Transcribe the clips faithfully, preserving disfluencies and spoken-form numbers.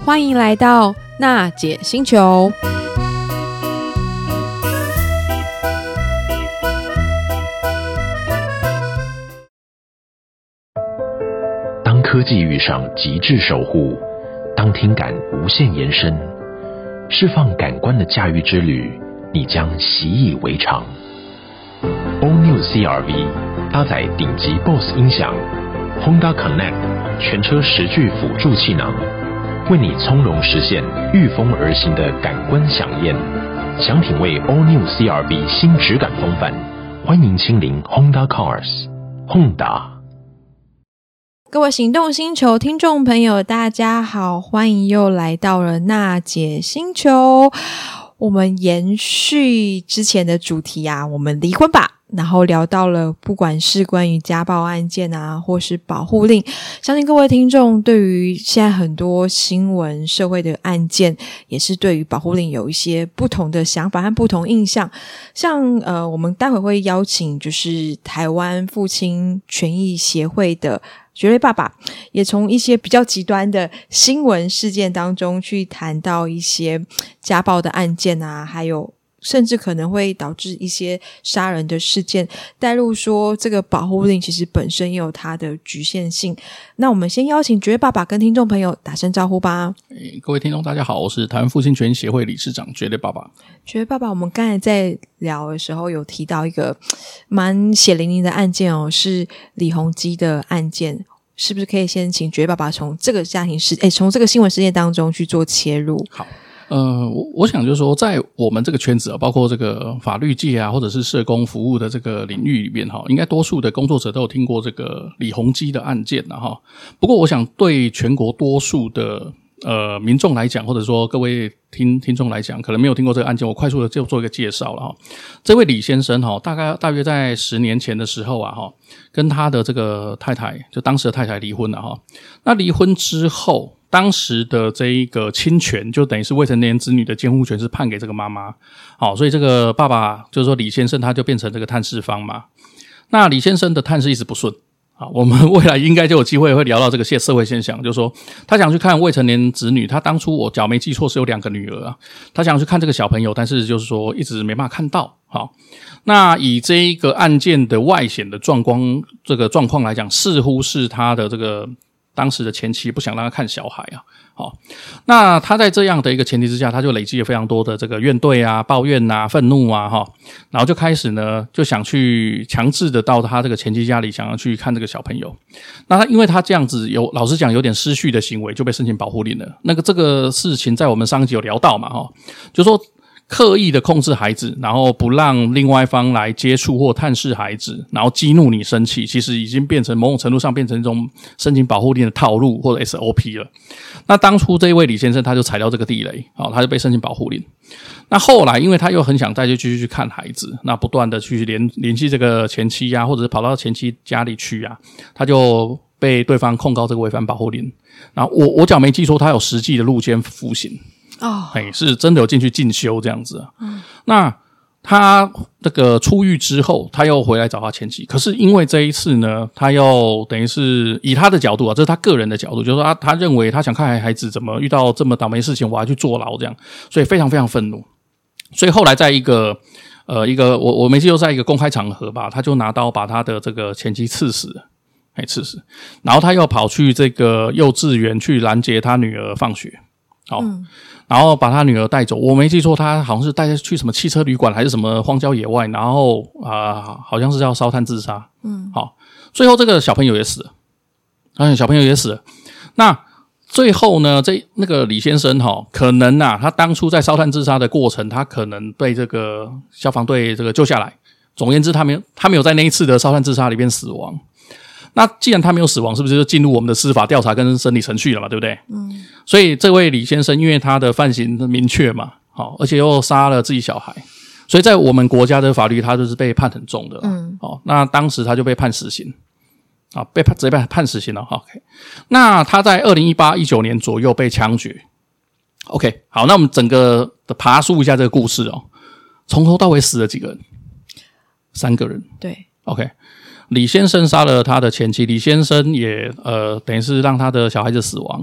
欢迎来到娜姐星球。 当科技遇上极致守护，当听感无限延伸，释放感官的驾驭之旅，你将习以为常。All New C R V 搭载顶级 B O S S 音响 Honda Connect 全车十具辅助气囊，为你从容实现御风而行的感官飨宴。想品味 All New C R V 新质感风范，欢迎亲临 Honda Cars Honda。 各位行动星球听众朋友大家好，欢迎又来到了娜姐星球。我们延续之前的主题啊，我们离婚吧，然后聊到了不管是关于家暴案件啊，或是保护令，相信各位听众对于现在很多新闻社会的案件，也是对于保护令有一些不同的想法和不同印象。像呃，我们待会会邀请就是台湾父亲权益协会的绝对爸爸，也从一些比较极端的新闻事件当中去谈到一些家暴的案件啊，还有甚至可能会导致一些杀人的事件，带入说这个保护令其实本身也有它的局限性。那我们先邀请绝对爸爸跟听众朋友打声招呼吧。 欸、各位听众大家好，我是台湾父亲权益协会理事长绝对爸爸。 绝对爸爸，我们刚才在聊的时候有提到一个蛮血淋淋的案件哦，是李弘基的案件，是不是可以先请绝对爸爸从这个家庭事诶从这个新闻事件当中去做切入？ 好，呃，我我想就是说，在我们这个圈子啊，包括这个法律界啊，或者是社工服务的这个领域里面哈，应该多数的工作者都有听过这个李弘基的案件啊哈。不过，我想对全国多数的呃民众来讲，或者说各位听听众来讲，可能没有听过这个案件，我快速的就做一个介绍了哈。这位李先生哈，大概大约在十年前的时候啊哈，跟他的这个太太，就当时的太太离婚了哈。那离婚之后，当时的这一个亲权，就等于是未成年子女的监护权是判给这个妈妈，好，所以这个爸爸就是说李先生他就变成这个探视方嘛。那李先生的探视一直不顺，好，我们未来应该就有机会会聊到这个社会现象，就是说他想去看未成年子女，他当初我假如没记错是有两个女儿啊，他想去看这个小朋友，但是就是说一直没办法看到。好，那以这一个案件的外显的状况，这个状况来讲，似乎是他的这个当时的前妻不想让他看小孩啊，好，那他在这样的一个前提之下，他就累积了非常多的这个怨怼啊、抱怨啊、愤怒啊，哈，然后就开始呢就想去强制的到他这个前妻家里，想要去看这个小朋友。那他因为他这样子有老实讲有点失序的行为，就被申请保护令了。那个这个事情在我们上一集有聊到嘛，哈，就说刻意的控制孩子，然后不让另外一方来接触或探视孩子，然后激怒你生气，其实已经变成某种程度上变成一种申请保护令的套路或者 S O P 了。那当初这一位李先生他就踩到这个地雷，哦，他就被申请保护令。那后来因为他又很想再去继续去看孩子，那不断的去联联系这个前妻啊，或者是跑到前妻家里去啊，他就被对方控告这个违反保护令。然后我我假没记错，他有实际的入监服刑。哦，哎，是真的有进去进修这样子啊。嗯，那他这个出狱之后，他又回来找他前妻。可是因为这一次呢，他又等于是以他的角度啊，这是他个人的角度，就是说他他认为他想看孩子怎么遇到这么倒霉事情，我还去坐牢这样，所以非常非常愤怒。所以后来在一个呃一个我我没记错，在一个公开场合吧，他就拿刀把他的这个前妻刺死了，哎，刺死。然后他又跑去这个幼稚园去拦截他女儿放学。好，嗯，然后把他女儿带走，我没记错，他好像是带去什么汽车旅馆还是什么荒郊野外，然后啊、呃，好像是要烧炭自杀。嗯，好，最后这个小朋友也死了，嗯，小朋友也死了。那最后呢，这那个李先生哈，可能啊，他当初在烧炭自杀的过程，他可能被这个消防队这个救下来。总而言之，他没有他没有在那一次的烧炭自杀里面死亡。那既然他没有死亡，是不是就进入我们的司法调查跟审理程序了嘛？对不对？嗯。所以这位李先生，因为他的犯行明确嘛，好，而且又杀了自己小孩，所以在我们国家的法律，他就是被判很重的。嗯。好，那当时他就被判死刑，啊，被判直接被判死刑了。OK。那他在二零一八、一九年左右被枪决。OK， 好，那我们整个的爬梳一下这个故事哦，从头到尾死了几个人？三个人。 对。 OK。李先生杀了他的前妻，李先生也呃，等于是让他的小孩子死亡，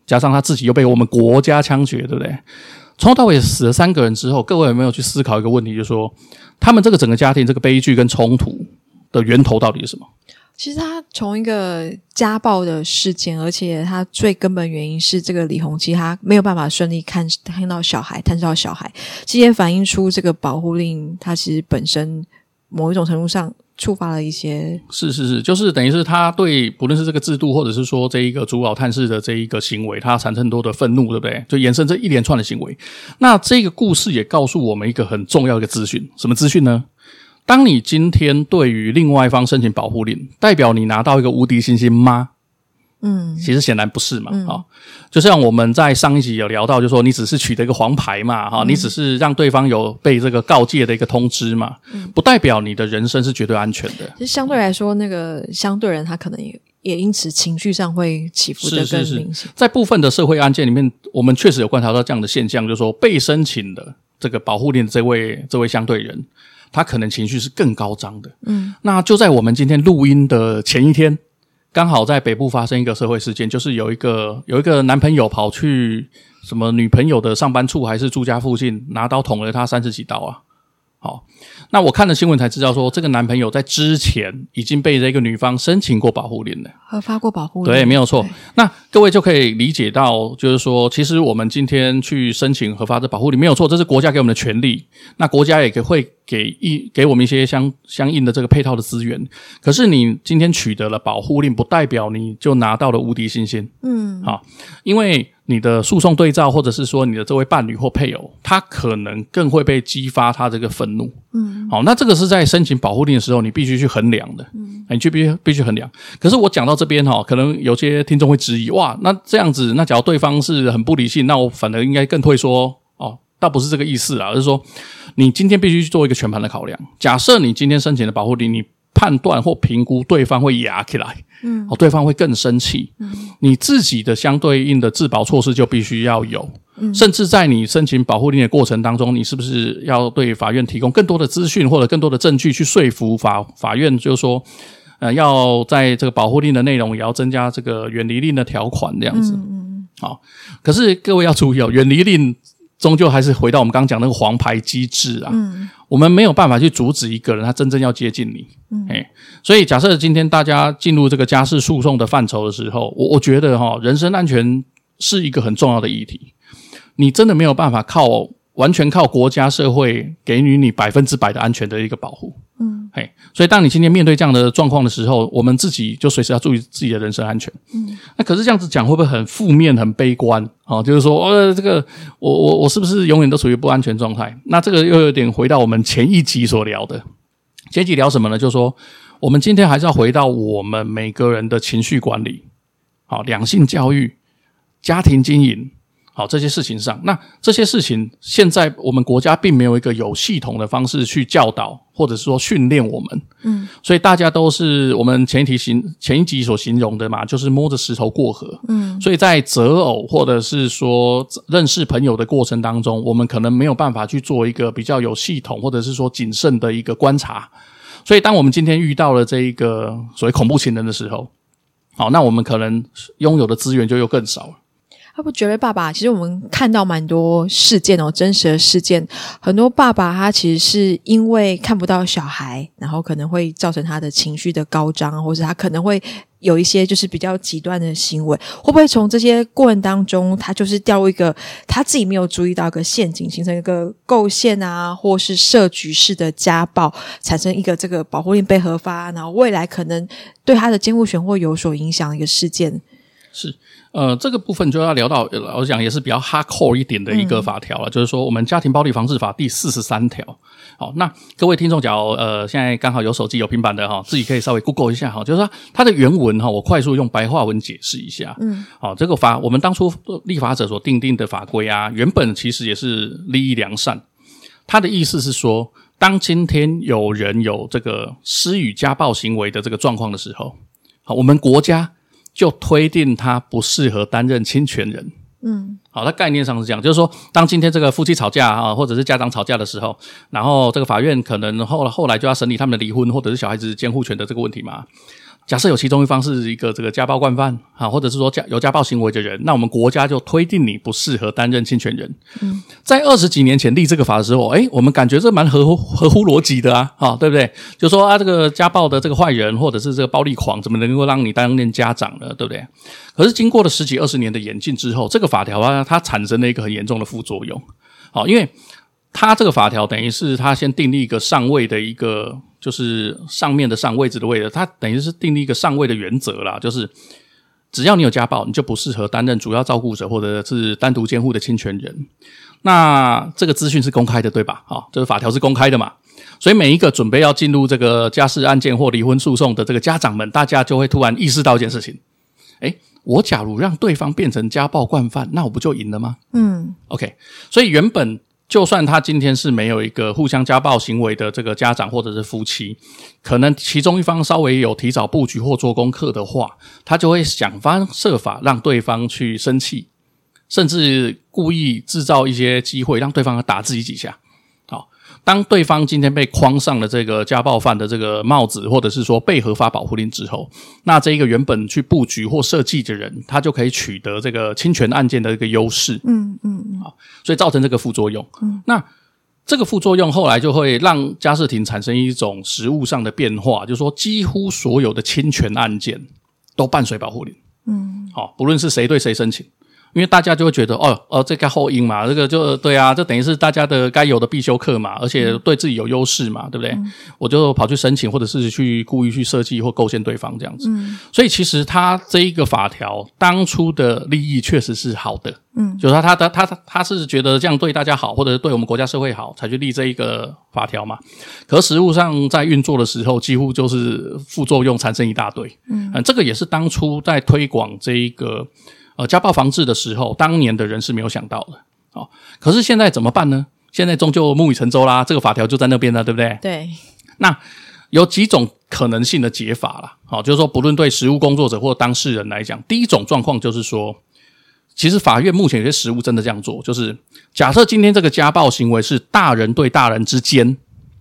加上他自己又被我们国家枪决，对不对？从头到尾死了三个人之后，各位有没有去思考一个问题，就是说他们这个整个家庭这个悲剧跟冲突的源头到底是什么？ 其实他从一个家暴的事件，而且他最根本原因是这个李弘基他没有办法顺利看看到小孩，探视到小孩，这也反映出这个保护令它其实本身某一种程度上触发了一些， 是是是，就是等于是他对不论是这个制度，或者是说这一个主老探视的这一个行为，他产生很多的愤怒，对不对？就延伸这一连串的行为。那这个故事也告诉我们一个很重要的一个资讯，什么资讯呢？当你今天对于另外一方申请保护令，代表你拿到一个无敌星星吗？嗯，其实显然不是嘛，嗯哦、就像我们在上一集有聊到，就说你只是取得一个黄牌嘛，哈、哦嗯，你只是让对方有被这个告诫的一个通知嘛，嗯、不代表你的人身是绝对安全的。 其实相对来说，那个相对人他可能也也因此情绪上会起伏的更明显。 是是是，在部分的社会案件里面，我们确实有观察到这样的现象，就是说被申请的这个保护令的这位这位相对人，他可能情绪是更高涨的。嗯，那就在我们今天录音的前一天，刚好在北部发生一个社会事件，就是有一个有一个男朋友跑去什么女朋友的上班处还是住家附近，拿刀捅了他三十几刀啊。好，那我看了新闻才知道说，这个男朋友在之前已经被这个女方申请过保护令了， 核发过保护令。 对，没有错。那各位就可以理解到，就是说，其实我们今天去申请核发这保护令没有错，这是国家给我们的权利。那国家也会给一给我们一些相相应的这个配套的资源。可是你今天取得了保护令，不代表你就拿到了无敌星星。嗯，好，因为你的诉讼对照，或者是说你的这位伴侣或配偶，他可能更会被激发他这个愤怒。嗯，好，那这个是在申请保护令的时候，你必须去衡量的。嗯，你就必须必须衡量。可是我讲到这边哈，可能有些听众会质疑，哇，那这样子，那假如对方是很不理性，那我反而应该更会说，哦，倒不是这个意思啦，而是说，你今天必须去做一个全盘的考量。假设你今天申请的保护令，你判断或评估对方会压起来，嗯，哦，对方会更生气，嗯，你自己的相对应的自保措施就必须要有，嗯，甚至在你申请保护令的过程当中，你是不是要对法院提供更多的资讯或者更多的证据去说服法法院，就是说，呃，要在这个保护令的内容也要增加这个远离令的条款这样子，嗯嗯，好，可是各位要注意哦，远离令终究还是回到我们刚刚讲那个黄牌机制啊，嗯，我们没有办法去阻止一个人他真正要接近你，嗯，所以假设今天大家进入这个家事诉讼的范畴的时候，我我觉得哈、哦，人身安全是一个很重要的议题，你真的没有办法靠完全靠国家社会给予你百分之百的安全的一个保护，嗯，嘿，所以当你今天面对这样的状况的时候，我们自己就随时要注意自己的人身安全，嗯，那可是这样子讲会不会很负面、很悲观？哦，就是说，呃，这个我我我是不是永远都处于不安全状态？那这个又有点回到我们前一集所聊的，前一集聊什么呢？就是说，我们今天还是要回到我们每个人的情绪管理，好，两性教育、家庭经营。好，这些事情上，那这些事情现在我们国家并没有一个有系统的方式去教导，或者是说训练我们，嗯，所以大家都是我们前一题形前一集所形容的嘛，就是摸着石头过河，嗯，所以在择偶或者是说认识朋友的过程当中，我们可能没有办法去做一个比较有系统或者是说谨慎的一个观察，所以当我们今天遇到了这一个所谓恐怖情人的时候，好，那我们可能拥有的资源就又更少了。 他不觉得爸爸，其实我们看到蛮多事件哦，真实的事件，很多爸爸他其实是因为看不到小孩，然后可能会造成他的情绪的高涨，或者他可能会有一些就是比较极端的行为，会不会从这些过程当中，他就是掉入一个他自己没有注意到一个陷阱，形成一个构陷啊，或是设局式的家暴，产生一个这个保护令被核发，然后未来可能对他的监护权会有所影响的一个事件。 是，呃，这个部分就要聊到，我讲也是比较 hardcore 一点的一个法条了，嗯，就是说我们家庭暴力防治法第四十三条。好，那各位听众，假如呃现在刚好有手机有平板的哈，自己可以稍微 Google 一下哈，就是说它的原文哈，我快速用白话文解释一下。嗯，好，这个法我们当初立法者所订定的法规啊，原本其实也是立意良善，它的意思是说，当今天有人有这个施予家暴行为的这个状况的时候，好，我们国家就推定他不适合担任亲权人。嗯，好，它概念上是这样，就是说，当今天这个夫妻吵架啊，或者是家长吵架的时候，然后这个法院可能后后来就要审理他们的离婚或者是小孩子监护权的这个问题嘛。 假设有其中一方是一个这个家暴惯犯啊，或者是说家有家暴行为的人，那我们国家就推定你不适合担任侵权人。嗯，在二十几年前立这个法的时候，诶，我们感觉这蛮合乎合乎逻辑的啊，啊，对不对？就说啊，这个家暴的这个坏人或者是这个暴力狂，怎么能够让你担任家长呢？对不对？可是经过了十几二十年的演进之后，这个法条啊，它产生了一个很严重的副作用。好，因为它这个法条等于是它先订立一个上位的一个。就是上面的上位置的位置，它等于是订立一个上位的原则啦，就是只要你有家暴，你就不适合担任主要照顾者或者是单独监护的侵权人。那这个资讯是公开的，对吧？好，这个法条是公开的嘛，所以每一个准备要进入这个家事案件或离婚诉讼的这个家长们，大家就会突然意识到一件事情：诶，我假如让对方变成家暴惯犯，那我不就赢了吗？嗯 ，OK， 所以原本。就算他今天是没有一个互相家暴行为的这个家长或者是夫妻，可能其中一方稍微有提早布局或做功课的话，他就会想方设法让对方去生气，甚至故意制造一些机会让对方打自己几下。好，当对方今天被框上了这个家暴犯的这个帽子，或者是说被核发保护令之后，那这一个原本去布局或设计的人，他就可以取得这个侵权案件的一个优势。嗯嗯嗯，好，所以造成这个副作用。嗯，那这个副作用后来就会让家事庭产生一种实务上的变化，就是说几乎所有的侵权案件都伴随保护令。嗯，好，不论是谁对谁申请。因为大家就会觉得哦哦，这个后因嘛，这个就对啊，这等于是大家的该有的必修课嘛，而且对自己有优势嘛，对不对？嗯、我就跑去申请，或者是去故意去设计或构陷对方这样子。嗯、所以其实他这一个法条当初的利益确实是好的，嗯，就是他他他他他是觉得这样对大家好，或者对我们国家社会好，才去立这一个法条嘛。可实务上在运作的时候，几乎就是副作用产生一大堆。嗯，嗯这个也是当初在推广这一个。呃，家暴防治的时候，当年的人是没有想到的。哦，可是现在怎么办呢？现在终究木已成舟啦，这个法条就在那边了，对不对？ 对。 那有几种可能性的解法啦。好、哦，就是说，不论对实务工作者或当事人来讲，第一种状况就是说，其实法院目前有些实务真的这样做，就是假设今天这个家暴行为是大人对大人之间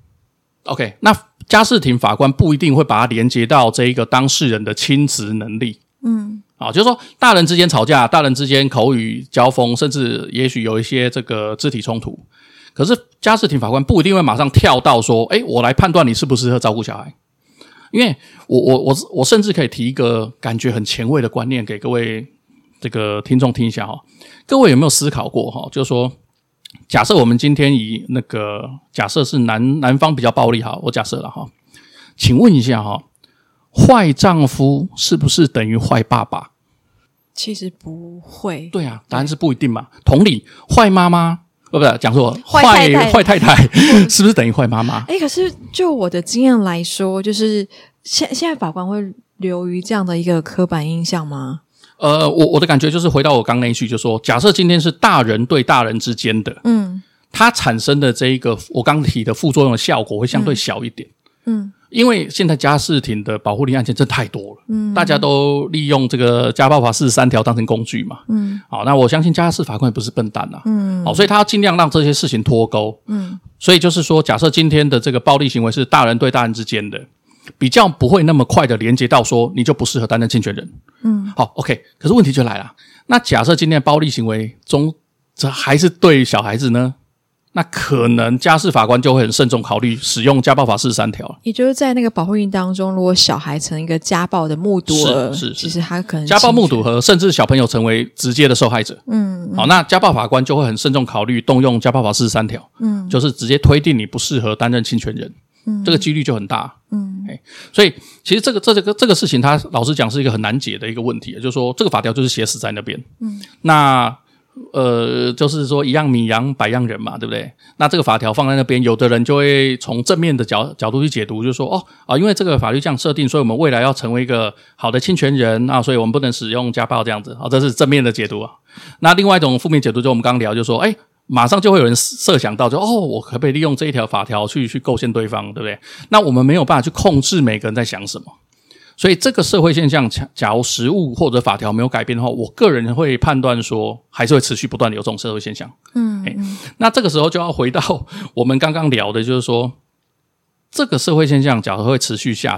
，OK， 那家事庭法官不一定会把它连接到这一个当事人的亲职能力。嗯。啊，就是说，大人之间吵架，大人之间口语交锋，甚至也许有一些这个肢体冲突。可是家事庭法官不一定会马上跳到说，诶，我来判断你适不适合照顾小孩。因为我我我我甚至可以提一个感觉很前卫的观念给各位这个听众听一下哈。各位有没有思考过哈？就是说，假设我们今天以那个假设是男男方比较暴力哈，我假设了哈，请问一下哈。坏丈夫是不是等于坏爸爸？ 其实不会。 对啊，答案是不一定嘛。同理，坏妈妈，呃，不是讲错，坏太太坏太太是不是等于坏妈妈？ 诶，可是就我的经验来说，就是现现在法官会流于这样的一个刻板印象吗？ 呃，我我的感觉就是回到我刚那一句，就说假设今天是大人对大人之间的，嗯，它产生的这一个我刚提的副作用的效果会相对小一点，嗯。嗯因为现在家事庭的保护令案件真太多了，嗯，大家都利用这个家暴法四十三条当成工具嘛，嗯，好，那我相信家事法官也不是笨蛋啊，嗯，好，所以他要尽量让这些事情脱钩，嗯，所以就是说，假设今天的这个暴力行为是大人对大人之间的，比较不会那么快的连接到说你就不适合担任侵权人，嗯，好 ，OK， 可是问题就来了，那假设今天的暴力行为中，这还是对小孩子呢？那可能家事法官就会很慎重考虑使用家暴法四十三条， 也就是在那个保护令当中，如果小孩成一个家暴的目睹儿，是是是其实他可能家暴目睹和甚至小朋友成为直接的受害者。嗯，好，那家暴法官就会很慎重考虑动用家暴法四十三条，嗯，就是直接推定你不适合担任侵权人，嗯，这个几率就很大。嗯，所以其实这个这这个这个事情，他老实讲是一个很难解的一个问题，就是说这个法条就是写死在那边。嗯，那。呃，就是说一样米养百样人嘛，对不对？那这个法条放在那边，有的人就会从正面的角角度去解读，就是说哦啊，因为这个法律这样设定，所以我们未来要成为一个好的侵权人啊，所以我们不能使用家暴这样子啊，这是正面的解读啊。那另外一种负面解读，就我们刚刚聊，就是说，哎，马上就会有人设想到就，就哦，我可不可以利用这一条法条去去构陷对方，对不对？那我们没有办法去控制每个人在想什么。所以这个社会现象，假如实务或者法条没有改变的话，我个人会判断说，还是会持续不断的有这种社会现象。嗯，嗯那这个时候就要回到我们刚刚聊的，就是说，这个社会现象假如会持续下去，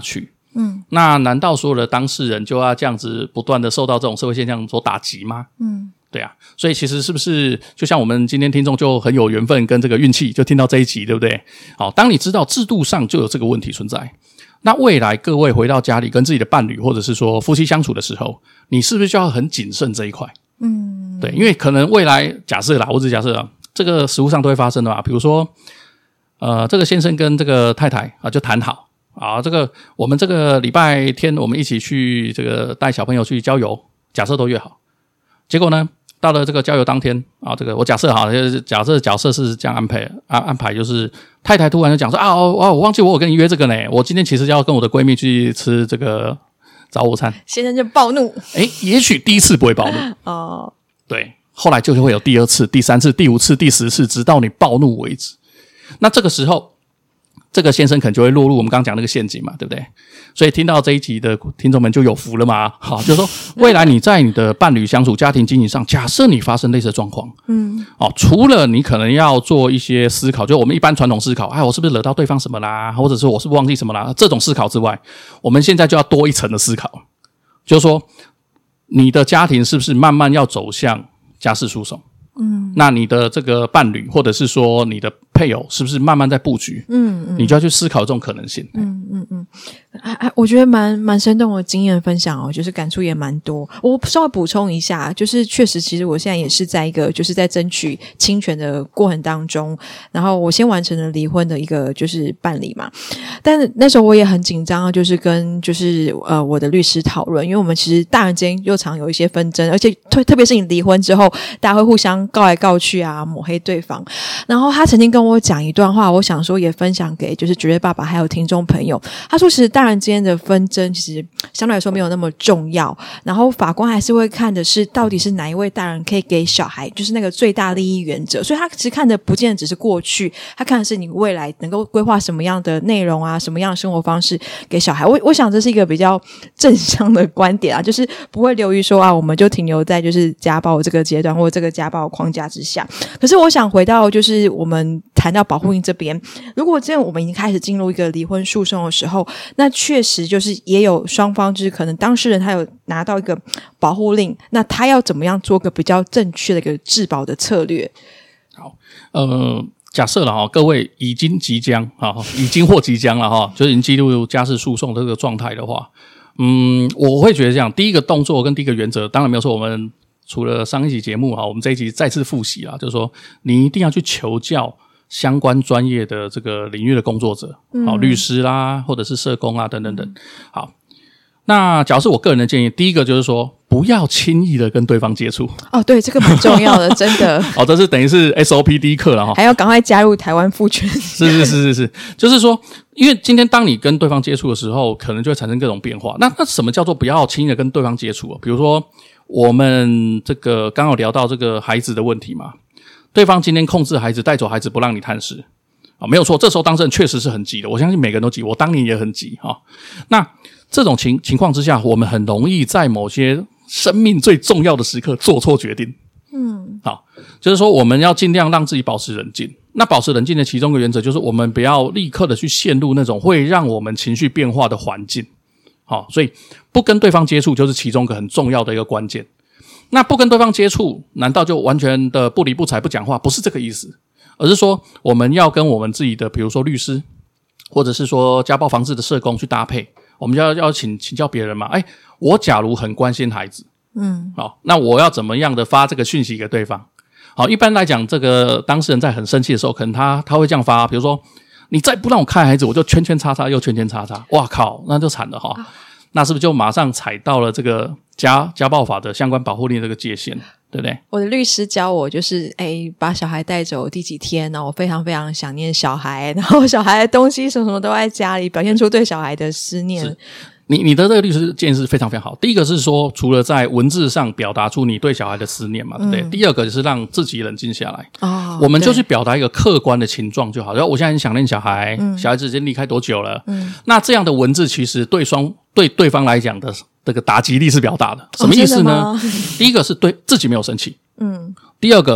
嗯，那难道所有的当事人就要这样子不断的受到这种社会现象所打击吗？嗯，对啊，所以其实是不是就像我们今天听众就很有缘分跟这个运气，就听到这一集，对不对？好，当你知道制度上就有这个问题存在，那未来各位回到家里跟自己的伴侣或者是说夫妻相处的时候，你是不是就要很谨慎这一块？嗯，对，因为可能未来假设啦，我只假设啦，这个实务上都会发生的嘛，比如说呃，这个先生跟这个太太啊就谈好啊，这个我们这个礼拜天我们一起去这个带小朋友去郊游，假设都约好，结果呢到了这个郊游当天啊，这个我假设哈，假设角色是这样安排安安排，就是太太突然就讲说啊，我我忘记我有跟你约这个呢，我今天其实要跟我的闺蜜去吃这个早午餐， 先生就暴怒。 诶，也许第一次不会暴怒哦， 对，后来就会有第二次、第三次、第五次、第十次，直到你暴怒为止。那这个时候，这个先生可能就会落入我们刚刚讲那个陷阱嘛，对不对？所以听到这一集的听众们就有福了嘛。好，就是说未来你在你的伴侣相处、家庭经营上，假设你发生类似的状况，嗯，哦，除了你可能要做一些思考，就我们一般传统思考，哎，我是不是惹到对方什么啦，或者是我是不是忘记什么啦，这种思考之外，我们现在就要多一层的思考，就是说你的家庭是不是慢慢要走向家事诉讼？嗯，那你的这个伴侣或者是说你的配偶是不是慢慢在布局？嗯嗯，你就要去思考这种可能性。嗯嗯嗯，啊，我觉得蛮蛮生动的经验分享哦，就是感触也蛮多。我稍微补充一下，就是确实，其实我现在也是在一个就是在争取侵权的过程当中，然后我先完成了离婚的一个就是办理嘛，但是那时候我也很紧张，就是跟就是呃我的律师讨论，因为我们其实大人之间又常有一些纷争，而且特特别是你离婚之后，大家会互相告来告去啊，抹黑对方。然后他曾经跟我讲一段话，我想说也分享给就是绝对爸爸还有听众朋友。他说其实大人之间的纷争其实相对来说没有那么重要，然后法官还是会看的是到底是哪一位大人可以给小孩就是那个最大利益原则，所以他其实看的不见得只是过去，他看的是你未来能够规划什么样的内容啊，什么样的生活方式给小孩。我我想这是一个比较正向的观点啊，就是不会流于说啊我们就停留在就是家暴这个阶段或者这个家暴框架之下。可是我想回到就是我们谈到保护令这边，如果真的我们已经开始进入一个离婚诉讼的时候，那确实就是也有双方就是可能当事人他有拿到一个保护令，那他要怎么样做个比较正确的一个治保的策略。 好，呃假设了哈，各位已经即将啊，已经或即将了哈，就是已经进入家事诉讼这个状态的话，嗯，我会觉得这样，第一个动作跟第一个原则，当然没有说我们除了上一集节目哈，我们这一集再次复习啦，就是说你一定要去求教相关专业的这个领域的工作者，好，律师啦，或者是社工啊，等等等。好，那假如是我个人的建议，第一个就是说，不要轻易的跟对方接触。 哦，对，这个蛮重要的，真的。 哦，这是等于是 S O P 第一课了哈， 还要赶快加入台湾父权。 是是是是是，就是说，因为今天当你跟对方接触的时候，可能就会产生各种变化。那那什么叫做不要轻易的跟对方接触啊？比如说，我们这个刚好聊到这个孩子的问题嘛。对方今天控制孩子，带走孩子不让你探视啊，没有错，这时候当事人确实是很急的，我相信每个人都急，我当年也很急啊。那这种情情况之下，我们很容易在某些生命最重要的时刻做错决定。嗯，好，就是说我们要尽量让自己保持冷静。那保持冷静的其中一个原则就是我们不要立刻的去陷入那种会让我们情绪变化的环境。好，所以不跟对方接触就是其中一个很重要的一个关键。那不跟对方接触，难道就完全的不理不睬不讲话？不是这个意思，而是说我们要跟我们自己的，比如说律师，或者是说家暴防治的社工去搭配。我们就要要请请教别人嘛。哎，我假如很关心孩子，嗯，好，那我要怎么样的发这个讯息给对方？好，一般来讲，这个当事人在很生气的时候，可能他他会这样发，比如说你再不让我看孩子，我就圈圈叉叉又圈圈叉叉。哇靠，那就惨了哈。那是不是就马上踩到了这个家家暴法的相关保护令这个界限，对不对？ 我的律师教我就是诶把小孩带走第几天，然后我非常非常想念小孩，然后小孩的东西什么什么都在家里，表现出对小孩的思念。 你你的这个律师建议是非常非常好。第一个是说，除了在文字上表达出你对小孩的思念嘛，对不对？嗯、第二个就是让自己冷静下来。哦，我们就去表达一个客观的情状就好。然后我现在很想念小孩，嗯、小孩子已经离开多久了？嗯，那这样的文字其实对双对对方来讲的这个打击力是比较大的。什么意思呢？哦、第一个是对自己没有生气。嗯。第二个，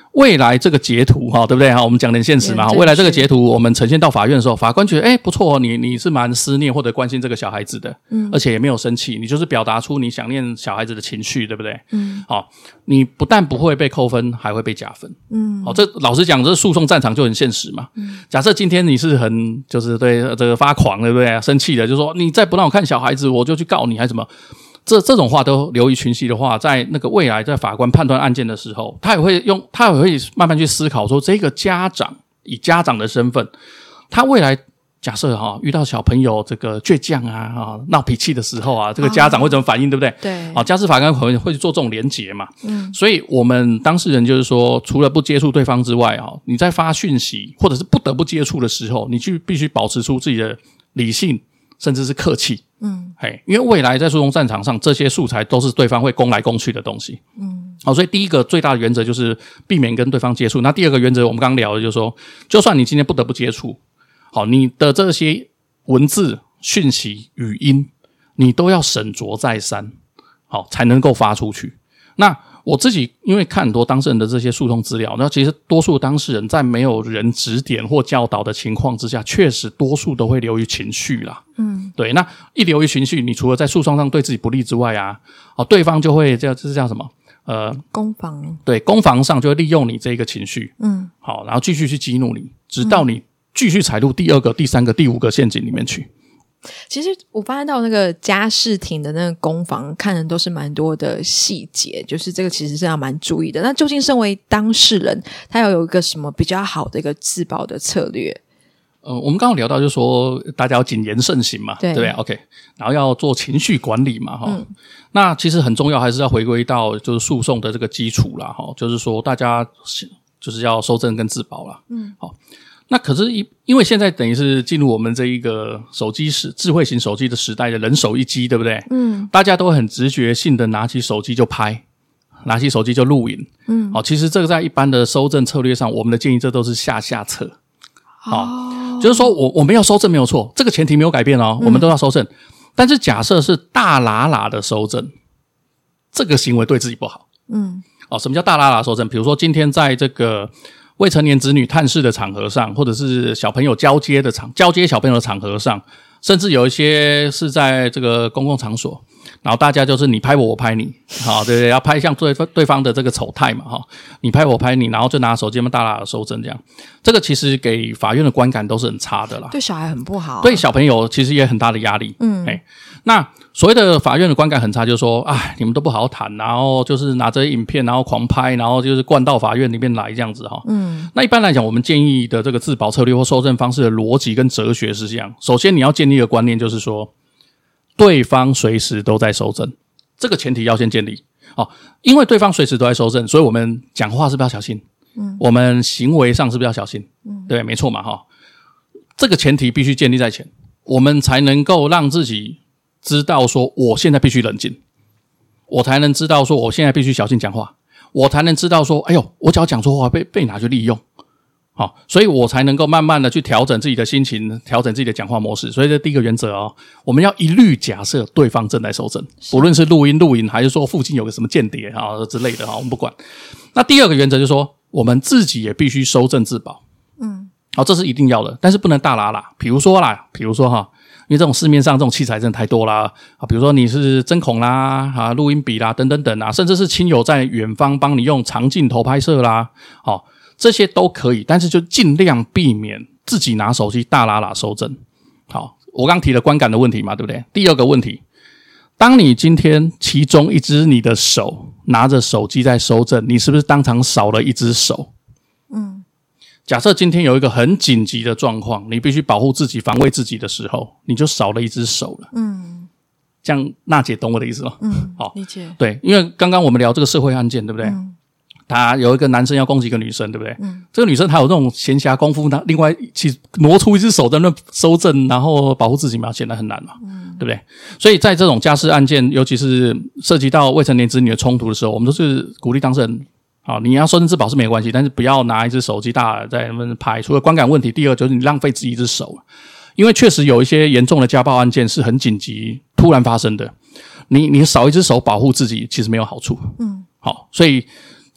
未来这个截图哈，对不对哈？我们讲点现实嘛。未来这个截图我们呈现到法院的时候，法官觉得哎不错哦，你你是蛮思念或者关心这个小孩子的，嗯，而且也没有生气，你就是表达出你想念小孩子的情绪，对不对？嗯，好，你不但不会被扣分，还会被加分。嗯，好，这老实讲，这诉讼战场就很现实嘛。嗯，假设今天你是很就是对这个发狂，对不对？生气的，就说你再不让我看小孩子，我就去告你，还是什么？这这种话都流于群戏的话，在那个未来在法官判断案件的时候，他也会用，他也会慢慢去思考说，这个家长以家长的身份，他未来假设哈、哦、遇到小朋友这个倔强啊、哦、闹脾气的时候啊，这个家长会怎么反应，哦、对不对？ 对， 好、哦，家事法官会会去做这种连结嘛。嗯，所以我们当事人就是说，除了不接触对方之外啊、哦，你在发讯息或者是不得不接触的时候，你去必须保持出自己的理性，甚至是客气。嗯，嘿，因为未来在诉讼战场上，这些素材都是对方会攻来攻去的东西。嗯，好，所以第一个最大的原则就是避免跟对方接触。那第二个原则，我们刚刚聊的就是说，就算你今天不得不接触，好，你的这些文字、讯息、语音，你都要审酌再三，好，才能够发出去。那我自己因为看很多当事人的这些诉讼资料，那其实多数当事人在没有人指点或教导的情况之下，确实多数都会流于情绪啦。嗯，对，那一流于情绪，你除了在诉讼上对自己不利之外啊，哦，对方就会叫这是叫什么？呃， 攻防。对， 攻防上就会利用你这个情绪，嗯，好，然后继续去激怒你，直到你继续踩入第二个、第三个、第五个陷阱里面去。 其实我发现到那个家事庭的那个攻防看的都是蛮多的细节，就是这个其实是要蛮注意的。那究竟身为当事人，他要有一个什么比较好的一个自保的策略？ 呃，我们刚刚聊到就是说大家要谨言慎行嘛，对不对 ？OK， 然后要做情绪管理嘛，哈、嗯。那其实很重要，还是要回归到就是诉讼的这个基础啦，哈，就是说大家就是要收证跟自保啦，嗯，好。那可是因为现在等于是进入我们这一个手机时智慧型手机的时代的人手一机，对不对？嗯，大家都很直觉性的拿起手机就拍，拿起手机就录影。嗯，好，其实这个在一般的收证策略上，我们的建议这都是下下策。好、哦，就是说我我们要收证没有错，这个前提没有改变哦，我们都要收证。嗯、但是假设是大喇喇的收证，这个行为对自己不好。嗯，哦，什么叫大喇喇收证？比如说今天在这个未成年子女探视的场合上，或者是小朋友交接的场交接小朋友的场合上，甚至有一些是在这个公共场所，然后大家就是你拍我我拍你，好，对不对？要拍向对对方的这个丑态嘛，哈，你拍我拍你，然后就拿手机嘛大喇喇收证这样，这个其实给法院的观感都是很差的啦， 对小孩很不好、啊， 对小朋友其实也很大的压力，嗯，哎，那所谓的法院的观感很差，就是说，哎，你们都不好好谈，然后就是拿着影片，然后狂拍，然后就是灌到法院里面来这样子哈。嗯，那一般来讲，我们建议的这个自保策略或收证方式的逻辑跟哲学是这样：首先，你要建立一个观念，就是说，对方随时都在收证，这个前提要先建立。哦，因为对方随时都在收证，所以我们讲话是不是要小心？嗯，我们行为上是不是要小心？嗯，对，没错嘛，哈。这个前提必须建立在前，我们才能够让自己知道说我现在必须冷静，我才能知道说我现在必须小心讲话，我才能知道说哎呦我只要讲错话被被拿去利用，好，所以我才能够慢慢的去调整自己的心情，调整自己的讲话模式。所以这第一个原则哦，我们要一律假设对方正在收证，不论是录音录影还是说附近有个什么间谍啊之类的哈，我们不管。那第二个原则就是说我们自己也必须收证自保，嗯，好，这是一定要的，但是不能大喇喇。比如说啦，比如说哈。因为这种市面上这种器材真的太多啦，啊，比如说你是针孔啦、啊录音笔啦等等等啊，甚至是亲友在远方帮你用长镜头拍摄啦，好、哦，这些都可以，但是就尽量避免自己拿手机大喇喇收证。好，我刚提了观感的问题嘛，对不对？第二个问题，当你今天其中一只你的手拿着手机在收证，你是不是当场少了一只手？嗯。假设今天有一个很紧急的状况，你必须保护自己、防卫自己的时候，你就少了一只手了。嗯，这样娜姐懂我的意思吗？ 嗯，好，理解。 对，因为刚刚我们聊这个社会案件，对不对？嗯，他有一个男生要攻击一个女生，对不对？嗯，这个女生她有那种闲暇功夫，她另外去挪出一只手在那收证，然后保护自己嘛，显得很难嘛，嗯，对不对？所以在这种家事案件，尤其是涉及到未成年子女的冲突的时候，我们都是鼓励当事人。好，你要收证自保是没关系，但是不要拿一只手机大在那边拍。除了观感问题，第二就是你浪费自己一只手，因为确实有一些严重的家暴案件是很紧急、突然发生的。你你少一只手保护自己，其实没有好处。嗯，好，所以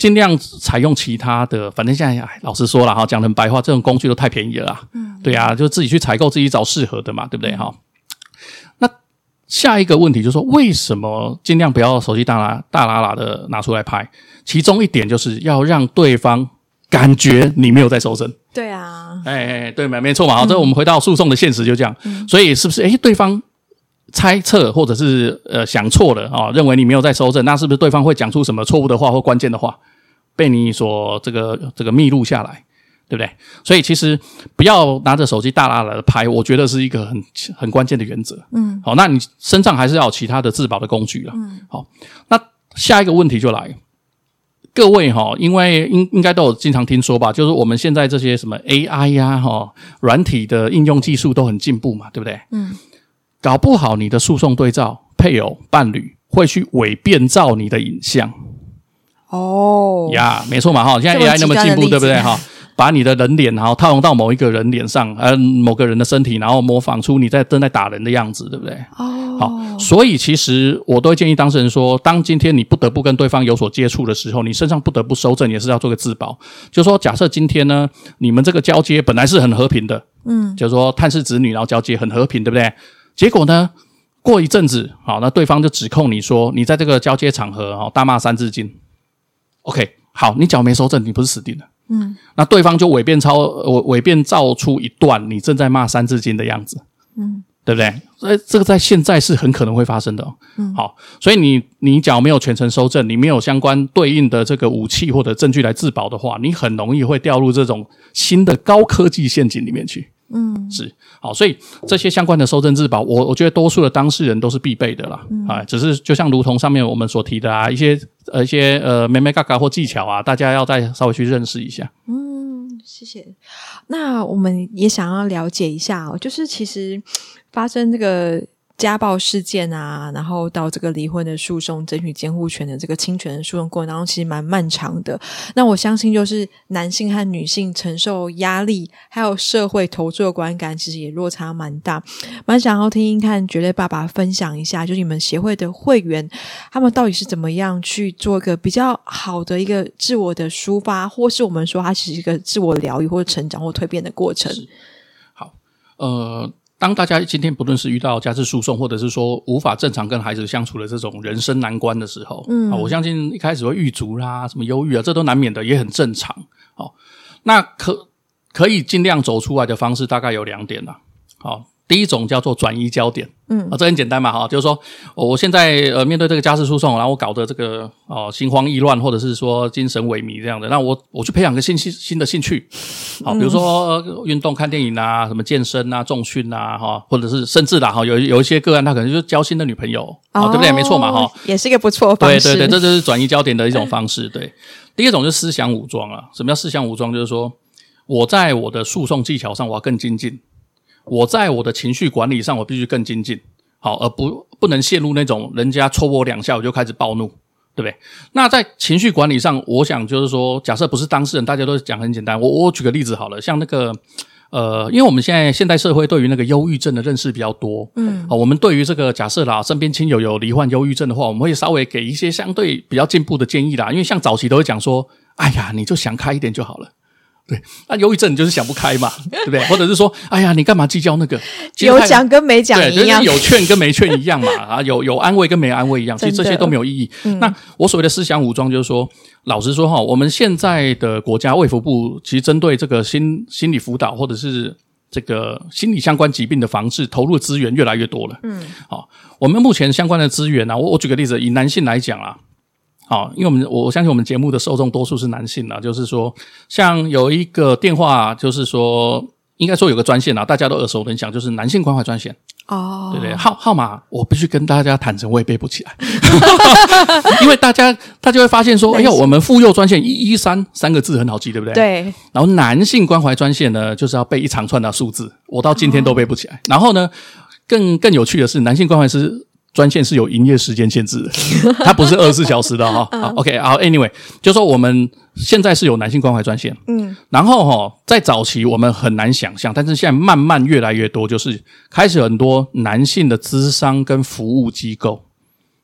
尽量采用其他的，反正现在老实说了哈，讲得很白话，这种工具都太便宜了啦。嗯，对啊，就自己去采购，自己找适合的嘛，对不对哈？那下一个问题就是说，为什么尽量不要手机大拉大拉拉的拿出来拍？其中一点就是要让对方感觉你没有在搜证。 对啊， 哎哎，对，没没错嘛。好，这我们回到诉讼的现实就这样。嗯、所以是不是哎，对方猜测或者是呃想错了啊、哦，认为你没有在搜证，那是不是对方会讲出什么错误的话或关键的话，被你所这个这个密录下来，对不对？所以其实不要拿着手机大拉拉的拍，我觉得是一个很很关键的原则。嗯，好，那你身上还是要有其他的自保的工具啦。嗯，好，那下一个问题就来。各位齁，因为应应该都有经常听说吧，就是我们现在这些什么 A I 呀、齁软体的应用技术都很进步嘛，对不对？嗯，搞不好你的诉讼对照配偶伴侣会去伪变造你的影像。哦，呀，没错嘛齁，现在 A I 那么进步，对不对齁？把你的人脸然后套用到某一个人脸上，呃，某个人的身体，然后模仿出你在正在打人的样子，对不对？哦，好，所以其实我都会建议当事人说，当今天你不得不跟对方有所接触的时候，你身上不得不收证，也是要做个自保。就是说，假设今天呢，你们这个交接本来是很和平的，嗯，就是说探视子女，然后交接很和平，对不对？结果呢，过一阵子，好，那对方就指控你说，你在这个交接场合，哦，大骂三字经。OK， 好，你脚没收证，你不是死定了。嗯，那对方就伪变超伪伪变造出一段你正在骂三字经的样子，嗯，对不对？所以这个在现在是很可能会发生的、哦。嗯，好，所以你你假如没有全程收证，你没有相关对应的这个武器或者证据来自保的话，你很容易会掉入这种新的高科技陷阱里面去。嗯，是好，所以这些相关的收证自保，我我觉得多数的当事人都是必备的啦。嗯，啊，只是就像如同上面我们所提的啊，一些呃一些呃眉眉角角或技巧啊，大家要再稍微去认识一下。 嗯，谢谢。那我们也想要了解一下哦，就是其实发生这个家暴事件啊，然后到这个离婚的诉讼、争取监护权的这个侵权的诉讼过程当中，其实蛮漫长的。那我相信就是男性和女性承受压力还有社会投注的观感其实也落差蛮大。蛮想要听听看绝对爸爸分享一下，就是你们协会的会员他们到底是怎么样去做一个比较好的一个自我的抒发，或是我们说它其实是一个自我疗愈或者成长或蜕变的过程。 好，呃当大家今天不论是遇到家事诉讼，或者是说无法正常跟孩子相处的这种人生难关的时候，嗯，我相信一开始会郁卒啦，什么忧郁啊，这都难免的，也很正常。好，那可可以尽量走出来的方式大概有两点啦。好，第一种叫做转移焦点，嗯，啊，这很简单嘛，哈，就是说我现在呃面对这个家事诉讼，然后我搞得这个哦心慌意乱，或者是说精神萎靡这样的，那我我去培养个新新的兴趣，好，比如说、呃、运动、看电影啊，什么健身啊、重训啊，哈，或者是甚至啦，哈，有有一些个案他可能就是交新的女朋友，哦，对不对？没错嘛，哈， 也是一个不错的方式。 对对对，这就是转移焦点的一种方式。对，第二种就是思想武装啊。什么叫思想武装？就是说我在我的诉讼技巧上我要更精进。我在我的情绪管理上我必须更精进，好，而不不能陷入那种人家戳我两下我就开始暴怒，对不对？那在情绪管理上，我想就是说，假设不是当事人，大家都讲很简单，我我举个例子好了，像那个呃，因为我们现在现代社会对于那个忧郁症的认识比较多，嗯，好，我们对于这个假设啦，身边亲友有罹患忧郁症的话，我们会稍微给一些相对比较进步的建议啦，因为像早期都会讲说，哎呀，你就想开一点就好了。对，那忧郁症你就是想不开嘛，对不对？或者是说，哎呀，你干嘛计较那个？ 有讲跟没讲一样， 对，就是有劝跟没劝一样嘛，啊，有有安慰跟没安慰一样，其实这些都没有意义。嗯、那我所谓的思想武装，就是说，老实说哈，我们现在的国家卫福部其实针对这个心心理辅导或者是这个心理相关疾病的防治，投入的资源越来越多了。嗯，好，我们目前相关的资源啊，我我举个例子，以男性来讲啊。好，因为我们我相信我们节目的受众多数是男性啦，就是说像有一个电话，就是说应该说有个专线啦，大家都耳熟能详，就是男性关怀专线。哦，对对，号号码我必须跟大家坦诚，我也背不起来，因为大家他就会发现说，哎呦，我们妇幼专线一一三三个字很好记，对不对？ 对。 然后男性关怀专线呢，就是要背一长串的数字，我到今天都背不起来。哦、然后呢，更更有趣的是，男性关怀师专线是有营业时间限制的，它不是二十四小时的哈、哦。好 ，OK， 好 ，Anyway， 就说我们现在是有男性关怀专线，嗯，然后哈、哦，在早期我们很难想象，但是现在慢慢越来越多，就是开始很多男性的咨商跟服务机构，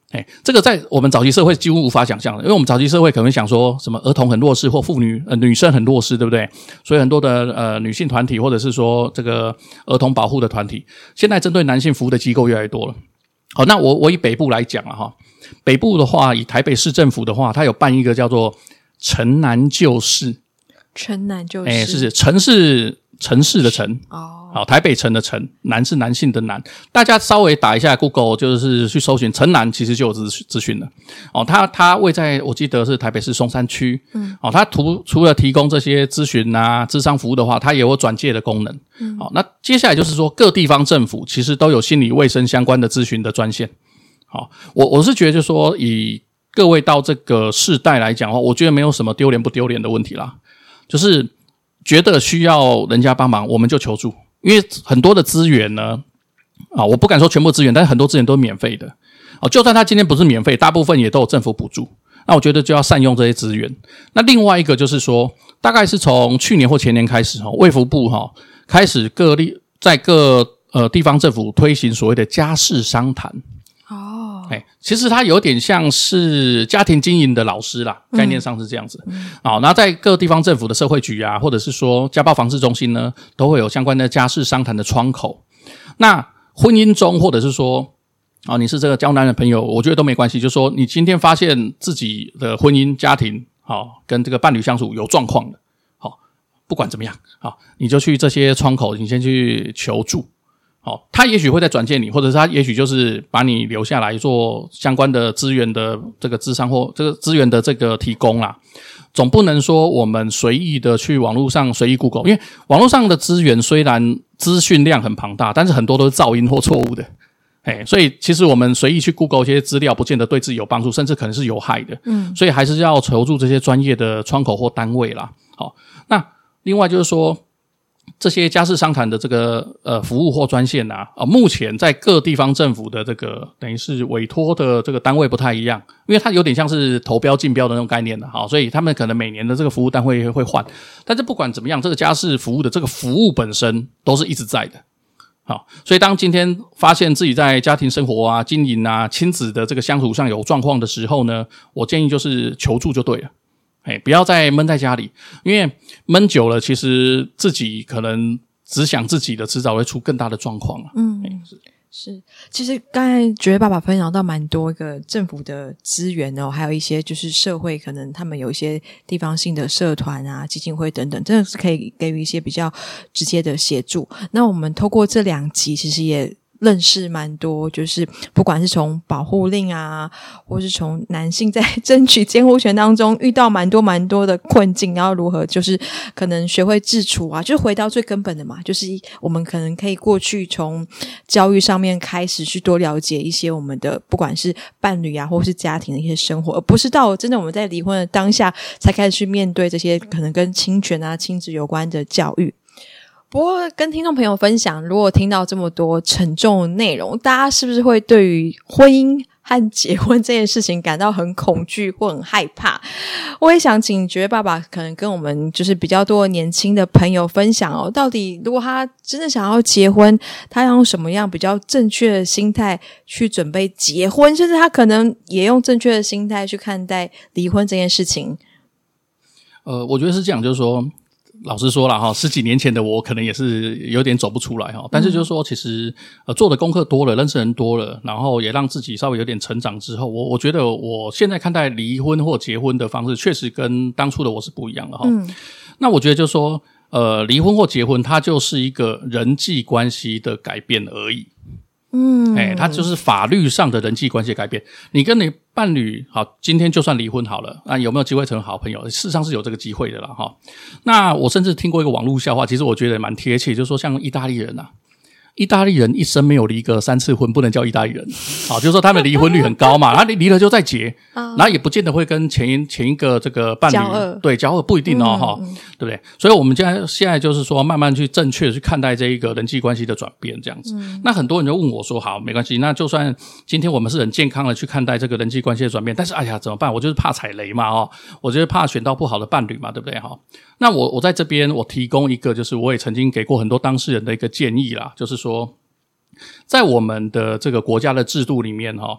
哎，这个在我们早期社会几乎无法想象的，因为我们早期社会可能想说什么儿童很弱势或妇女呃女生很弱势，对不对？所以很多的呃女性团体或者是说这个儿童保护的团体，现在针对男性服务的机构越来越多了。好，那我我以北部来讲啊哈，北部的话，以台北市政府的话，它有办一个叫做城南救市， 城南救市， 哎，是是城是城市的城哦。 好，台北城的城，男是男性的男，大家稍微打一下 Google， 就是去搜寻城南，其实就有资资讯了。哦，它它位在我记得是台北市松山区，嗯，哦，它除除了提供这些咨询啊、諮商服务的话，它也有转介的功能。嗯，好，那接下来就是说各地方政府其实都有心理卫生相关的咨询的专线。好，我我是觉得就是说以各位到这个世代来讲的话，我觉得没有什么丢脸不丢脸的问题啦，就是觉得需要人家帮忙，我们就求助。因为很多的资源呢，啊，我不敢说全部资源，但是很多资源都是免费的。哦，就算它今天不是免费，大部分也都有政府补助。那我觉得就要善用这些资源。那另外一个就是说，大概是从去年或前年开始，哈，卫福部哈开始各地在各呃地方政府推行所谓的家事商谈。哦，哎，其实它有点像是家庭经营的老师啦，概念上是这样子。嗯，好，那在各地方政府的社会局啊，或者是说家暴防治中心呢，都会有相关的家事商谈的窗口。那婚姻中，或者是说啊，你是这个交男的朋友，我觉得都没关系。就是说，你今天发现自己的婚姻家庭，好，跟这个伴侣相处有状况的，好，不管怎么样，好，你就去这些窗口，你先去求助。好，他也许会再转介你，或者是他也许就是把你留下来做相关的资源的这个咨商或这个资源的这个提供啦。总不能说我们随意的去网络上随意 Google， 因为网络上的资源虽然资讯量很庞大，但是很多都是噪音或错误的。哎，所以其实我们随意去 Google 一些资料，不见得对自己有帮助，甚至可能是有害的。嗯，所以还是要求助这些专业的窗口或单位啦。好，那另外就是说，这些家事商谈的这个呃服务或专线啊，呃，目前在各地方政府的这个等于是委托的这个单位不太一样，因为它有点像是投标竞标的那种概念的，好，所以他们可能每年的这个服务单位会换，但是不管怎么样，这个家事服务的这个服务本身都是一直在的。好，所以当今天发现自己在家庭生活啊、经营啊、亲子的这个相处上有状况的时候呢，我建议就是求助就对了。哎，不要再闷在家里，因为闷久了，其实自己可能只想自己的，迟早会出更大的状况啊。嗯，是是。其实刚才觉得爸爸分享到蛮多个政府的资源哦，还有一些就是社会可能他们有一些地方性的社团啊、基金会等等，真的是可以给予一些比较直接的协助。那我们透过这两集，其实也认识蛮多，就是不管是从保护令啊，或是从男性在争取监护权当中遇到蛮多蛮多的困境，然后如何就是可能学会自处啊，就是回到最根本的嘛，就是我们可能可以过去从教育上面开始去多了解一些我们的不管是伴侣啊或是家庭的一些生活，而不是到真的我们在离婚的当下才开始去面对这些可能跟侵权啊亲子有关的教育。不过跟听众朋友分享，如果听到这么多沉重的内容，大家是不是会对于婚姻和结婚这件事情感到很恐惧或很害怕？我也想请觉得爸爸可能跟我们就是比较多年轻的朋友分享哦，到底如果他真的想要结婚，他要用什么样比较正确的心态去准备结婚，甚至他可能也用正确的心态去看待离婚这件事情。 呃，我觉得是这样，就是说老实说啦哈，十几年前的我可能也是有点走不出来哈，但是就是说其实呃做的功课多了，认识人多了，然后也让自己稍微有点成长之后，我我觉得我现在看待离婚或结婚的方式确实跟当初的我是不一样的哈。嗯，那我觉得就是说呃离婚或结婚它就是一个人际关系的改变而已。嗯，哎，它就是法律上的人际关系的改变。你跟你伴侣好，今天就算离婚好了，那有没有机会成为好朋友？事实上是有这个机会的啦哈。那我甚至听过一个网络笑话，其实我觉得蛮贴切，就是说像意大利人啊，意大利人一生没有离个三次婚，不能叫意大利人。好，就是说他们离婚率很高嘛，然后离离了就再结，然后也不见得会跟前一前一个这个伴侣对交恶，不一定哦哈、嗯嗯，对不对？所以我们现在现在就是说，慢慢去正确的去看待这一个人际关系的转变，这样子、嗯。那很多人就问我说：“好，没关系，那就算今天我们是很健康的去看待这个人际关系的转变，但是哎呀怎么办？我就是怕踩雷嘛哦，我就是怕选到不好的伴侣嘛，对不对哈？那我我在这边我提供一个，就是我也曾经给过很多当事人的一个建议啦，就是说。在我们的这个国家的制度里面哈，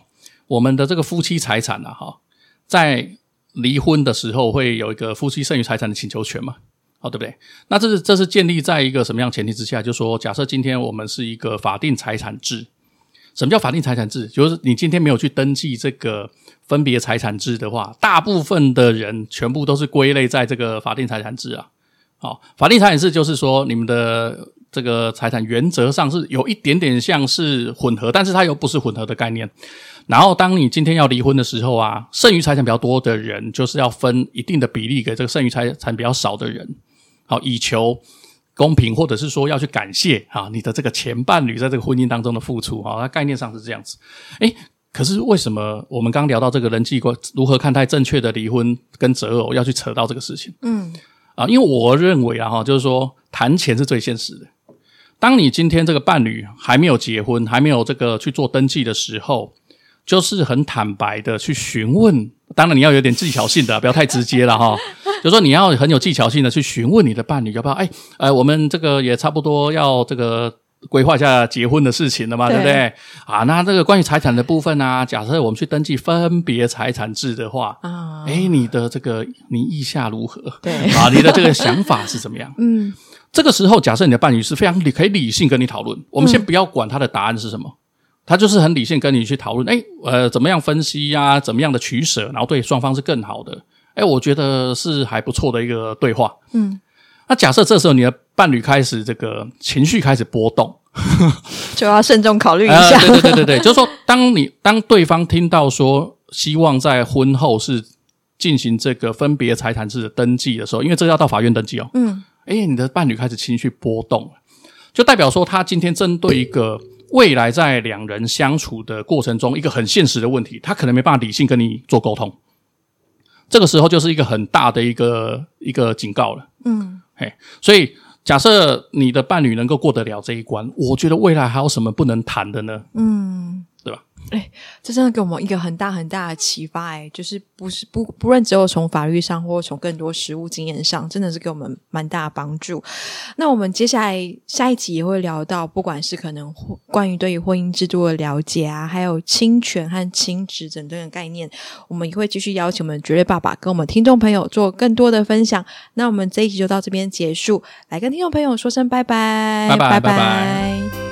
我们的这个夫妻财产啊，哈，在离婚的时候会有一个夫妻剩余财产的请求权嘛，好，对不对？那这是这是建立在一个什么样的前提之下？就是说，假设今天我们是一个法定财产制。什么叫法定财产制？就是你今天没有去登记这个分别财产制的话，大部分的人全部都是归类在这个法定财产制啊。好，法定财产制就是说你们的这个财产原则上是有一点点像是混合，但是它又不是混合的概念。然后当你今天要离婚的时候啊，剩余财产比较多的人就是要分一定的比例给这个剩余财产比较少的人，好，以求公平，或者是说要去感谢啊你的这个前伴侣在这个婚姻当中的付出啊，它概念上是这样子。诶，可是为什么我们刚聊到这个人际关如何看待正确的离婚跟择偶要去扯到这个事情？嗯，啊，因为我认为啊哈，就是说谈钱是最现实的。当你今天这个伴侣还没有结婚，还没有这个去做登记的时候，就是很坦白的去询问，当然你要有点技巧性的，不要太直接了哈。就是说你要很有技巧性的去询问你的伴侣要不要，哎，呃，我们这个也差不多要这个规划一下结婚的事情了嘛， 对, 对不对？啊，那这个关于财产的部分啊，假设我们去登记分别财产制的话，啊，哎，你的这个你意下如何？对，啊，你的这个想法是怎么样？嗯，这个时候假设你的伴侣是非常可以理性跟你讨论，我们先不要管他的答案是什么。嗯，他就是很理性跟你去讨论，诶呃，怎么样分析啊，怎么样的取舍，然后对双方是更好的，诶我觉得是还不错的一个对话。嗯，那假设这时候你的伴侣开始这个情绪开始波动， 就要慎重考虑一下。 呃、对对对对对，就是说，当你当对方听到说希望在婚后是进行这个分别财产制的登记的时候，因为这个要到法院登记哦。嗯，诶你的伴侣开始情绪波动，就代表说他今天针对一个未来在两人相处的过程中一个很现实的问题，他可能没办法理性跟你做沟通，这个时候就是一个很大的一个一个警告了。嗯，嘿，所以假设你的伴侣能够过得了这一关，我觉得未来还有什么不能谈的呢？嗯，对吧？ 哎，这真的给我们一个很大很大的启发哎，就是不是不不论只有从法律上或从更多实务经验上，真的是给我们蛮大的帮助。那我们接下来下一集也会聊到，不管是可能关于对于婚姻制度的了解啊，还有亲权和亲职等等的概念，我们也会继续邀请我们绝对爸爸跟我们听众朋友做更多的分享。那我们这一集就到这边结束，来跟听众朋友说声拜拜， 拜拜拜拜。